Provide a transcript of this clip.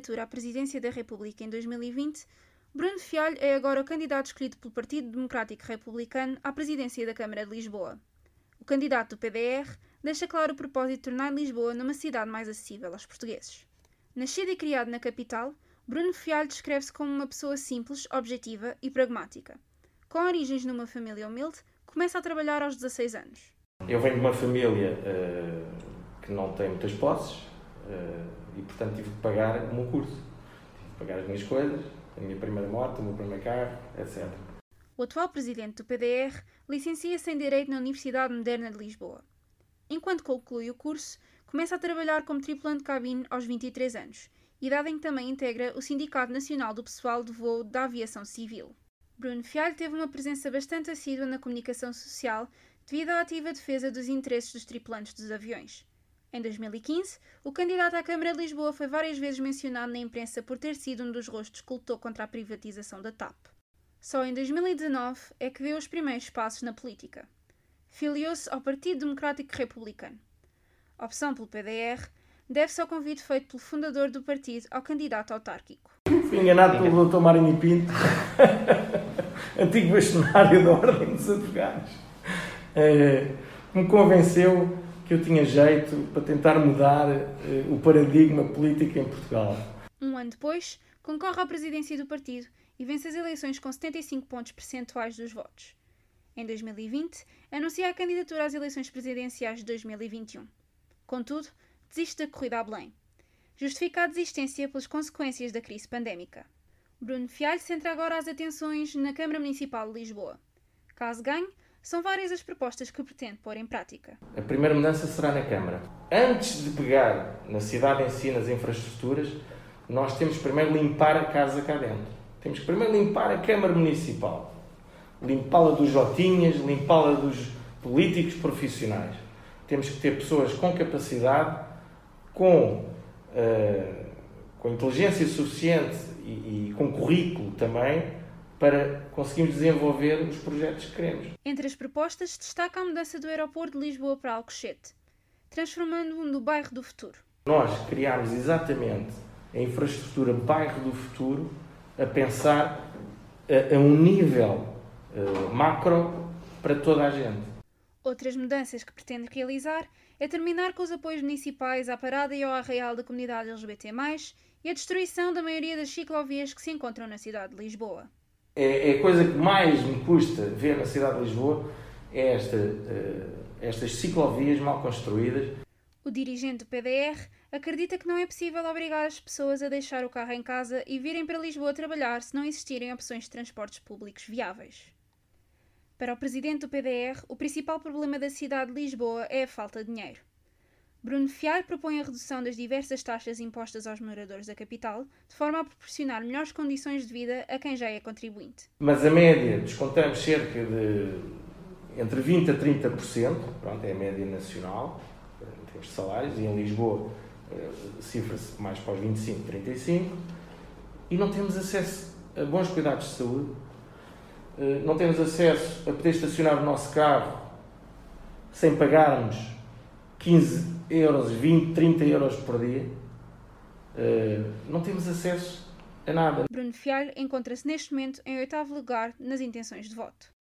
candidatura à presidência da República em 2020, Bruno Fialho é agora o candidato escolhido pelo Partido Democrático Republicano à presidência da Câmara de Lisboa. O candidato do PDR deixa claro o propósito de tornar Lisboa numa cidade mais acessível aos portugueses. Nascido e criado na capital, Bruno Fialho descreve-se como uma pessoa simples, objetiva e pragmática. Com origens numa família humilde, começa a trabalhar aos 16 anos. Eu venho de uma família que não tem muitas posses e, portanto, tive que pagar o meu curso. Tive que pagar as minhas coisas, a minha primeira moto, o meu primeiro carro, etc. O atual presidente do PDR licencia-se em Direito na Universidade Moderna de Lisboa. Enquanto conclui o curso, começa a trabalhar como tripulante de cabine aos 23 anos, idade em que também integra o Sindicato Nacional do Pessoal de Voo da Aviação Civil. Bruno Fialho teve uma presença bastante assídua na comunicação social devido à ativa defesa dos interesses dos tripulantes dos aviões. Em 2015, o candidato à Câmara de Lisboa foi várias vezes mencionado na imprensa por ter sido um dos rostos que lutou contra a privatização da TAP. Só em 2019 é que deu os primeiros passos na política. Filiou-se ao Partido Democrático Republicano. A opção pelo PDR deve-se ao convite feito pelo fundador do partido ao candidato autárquico. Fui enganado pelo Dr. Marinho Pinto, antigo bastonário da Ordem dos Advogados. Me convenceu que eu tinha jeito para tentar mudar o paradigma político em Portugal. Um ano depois, concorre à presidência do partido e vence as eleições com 75 pontos percentuais dos votos. Em 2020, anuncia a candidatura às eleições presidenciais de 2021. Contudo, desiste da corrida a Belém. Justifica a desistência pelas consequências da crise pandémica. Bruno Fialho centra agora as atenções na Câmara Municipal de Lisboa. Caso ganhe, são várias as propostas que pretende pôr em prática. A primeira mudança será na Câmara. Antes de pegar na cidade em si, nas infraestruturas, nós temos que primeiro limpar a casa cá dentro. Temos que primeiro limpar a Câmara Municipal. Limpá-la dos jotinhas, limpá-la dos políticos profissionais. Temos que ter pessoas com capacidade, com inteligência suficiente e com currículo também, para conseguirmos desenvolver os projetos que queremos. Entre as propostas, destaca a mudança do aeroporto de Lisboa para Alcochete, transformando-o no bairro do futuro. Nós criámos exatamente a infraestrutura bairro do futuro a pensar a um nível macro para toda a gente. Outras mudanças que pretende realizar é terminar com os apoios municipais à parada e ao arraial da comunidade LGBT+, e a destruição da maioria das ciclovias que se encontram na cidade de Lisboa. A coisa que mais me custa ver na cidade de Lisboa é estas ciclovias mal construídas. O dirigente do PDR acredita que não é possível obrigar as pessoas a deixar o carro em casa e virem para Lisboa trabalhar se não existirem opções de transportes públicos viáveis. Para o presidente do PDR, o principal problema da cidade de Lisboa é a falta de dinheiro. Bruno Fialho propõe a redução das diversas taxas impostas aos moradores da capital, de forma a proporcionar melhores condições de vida a quem já é contribuinte. Mas a média, descontamos cerca de entre 20% a 30%, pronto, é a média nacional, em termos de salários, e em Lisboa cifra-se mais para os 25%, 35%, e não temos acesso a bons cuidados de saúde, não temos acesso a poder estacionar o nosso carro sem pagarmos 15 euros, 20, 30 euros por dia. Não temos acesso a nada. Bruno Fialho encontra-se neste momento em 8º lugar nas intenções de voto.